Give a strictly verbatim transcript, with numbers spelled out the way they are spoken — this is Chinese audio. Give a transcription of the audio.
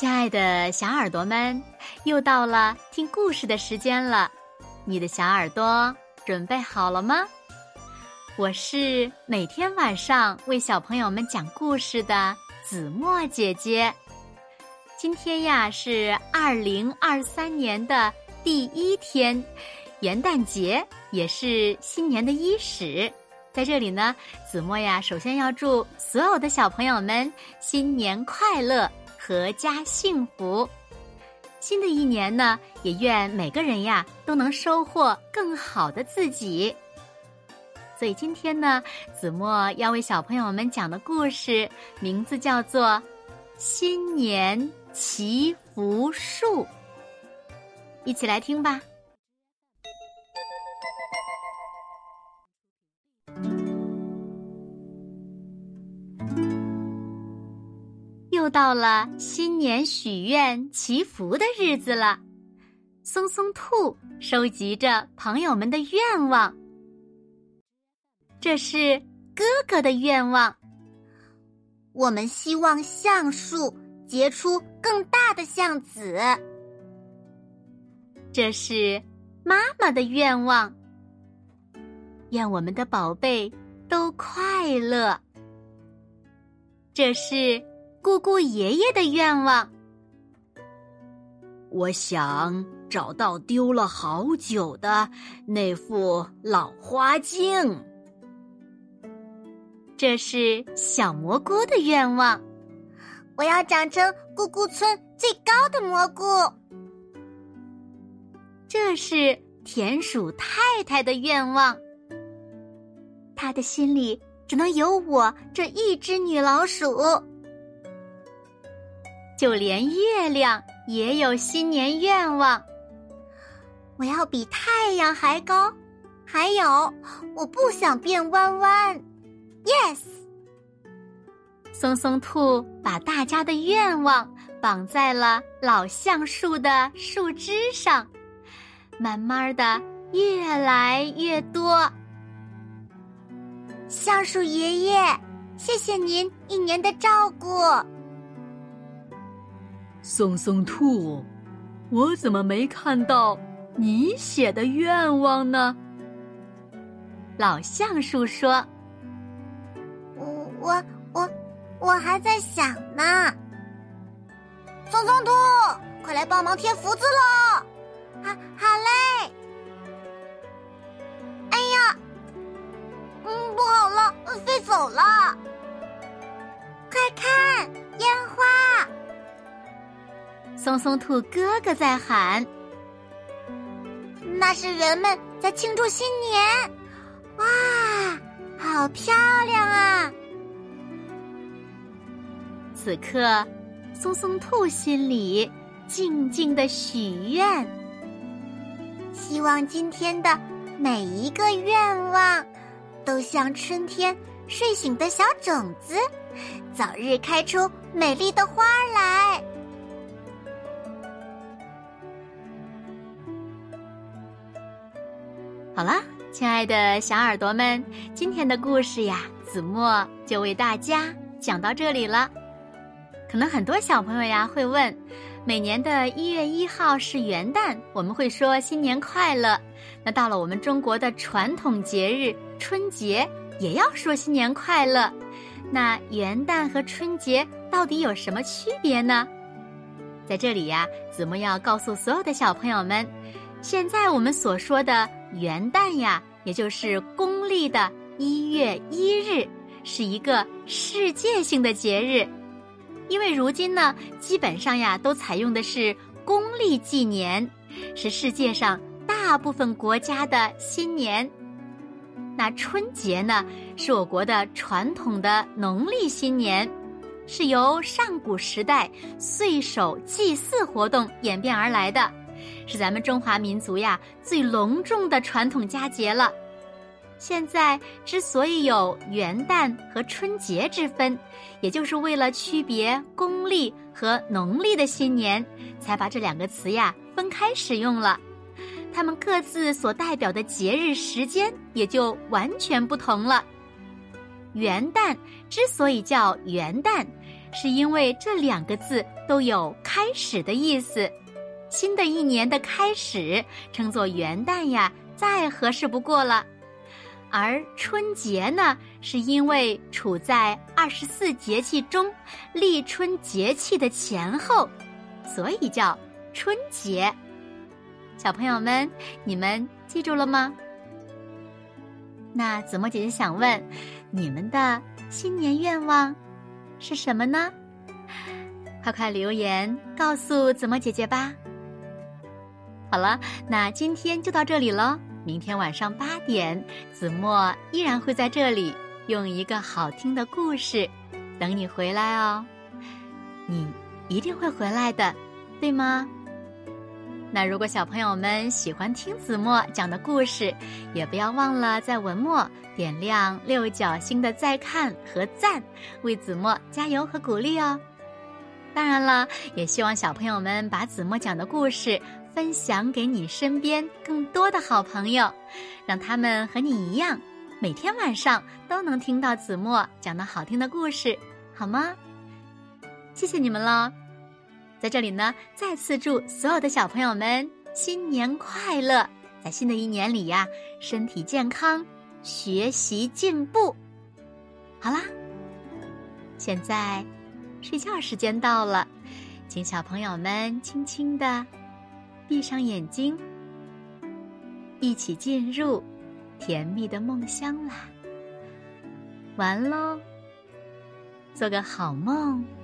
亲爱的小耳朵们，又到了听故事的时间了，你的小耳朵准备好了吗？我是每天晚上为小朋友们讲故事的子墨姐姐。今天呀是二零二三年的第一天，元旦节，也是新年的伊始。在这里呢，子墨呀首先要祝所有的小朋友们新年快乐，阖家幸福。新的一年呢，也愿每个人呀都能收获更好的自己。所以今天呢，子墨要为小朋友们讲的故事名字叫做《新年祈福树》，一起来听吧。又到了新年许愿祈福的日子了，松松兔收集着朋友们的愿望。这是哥哥的愿望， 我们希望橡树结出更大的橡子。 这是妈妈的愿望，愿我们的宝贝都快乐。这是姑姑爷爷的愿望， 我想找到丢了好久的那副老花镜。 这是小蘑菇的愿望， 我要长成姑姑村最高的蘑菇。 这是田鼠太太的愿望，她的心里只能有我这一只女老鼠。就连月亮也有新年愿望， 我要比太阳还高，还有我不想变弯弯。Yes！ 松松兔把大家的愿望绑在了老橡树的树枝上，慢慢的越来越多。 橡树爷爷，谢谢您一年的照顾。 松松兔，我怎么没看到你写的愿望呢？ 老橡树说， 我我我我还在想呢。松松兔，快来帮忙贴福字喽！好，好嘞。哎呀，嗯，不好了，飞走了。快看，烟花！ 松松兔哥哥在喊， 那是人们在庆祝新年。哇，好漂亮啊！ 此刻松松兔心里静静地许愿， 希望今天的每一个愿望都像春天睡醒的小种子，早日开出美丽的花来。 好了，亲爱的小耳朵们，今天的故事呀，子墨就为大家讲到这里了。可能很多小朋友呀会问，每年的一月一号是元旦，我们会说新年快乐，那到了我们中国的传统节日春节也要说新年快乐，那元旦和春节到底有什么区别呢？在这里呀，子墨要告诉所有的小朋友们，现在我们所说的元旦呀，也就是公历的一月一日，是一个世界性的节日。因为如今呢，基本上呀都采用的是公历纪年，是世界上大部分国家的新年。那春节呢，是我国的传统的农历新年，是由上古时代岁首祭祀活动演变而来的，是咱们中华民族呀最隆重的传统佳节了。现在之所以有元旦和春节之分，也就是为了区别公历和农历的新年，才把这两个词呀分开使用了。它们各自所代表的节日时间也就完全不同了。元旦之所以叫元旦， 是因为这两个字都有开始的意思。新的一年的开始，称作元旦呀，再合适不过了。而春节呢，是因为处在二十四节气中立春节气的前后，所以叫春节。小朋友们，你们记住了吗？那子墨姐姐想问，你们的新年愿望是什么呢？快快留言告诉子墨姐姐吧。好了，那今天就到这里咯。明天晚上八点，子墨依然会在这里，用一个好听的故事等你回来哦。你一定会回来的，对吗？那如果小朋友们喜欢听子墨讲的故事，也不要忘了在文末点亮六角星的再看和赞，为子墨加油和鼓励哦。当然了，也希望小朋友们把子墨讲的故事分享给你身边更多的好朋友，让他们和你一样，每天晚上都能听到子墨讲的好听的故事，好吗？谢谢你们了。在这里呢，再次祝所有的小朋友们新年快乐，在新的一年里呀，身体健康，学习进步。好啦，现在睡觉时间到了，请小朋友们轻轻地闭上眼睛，一起进入甜蜜的梦乡啦。完喽，做个好梦。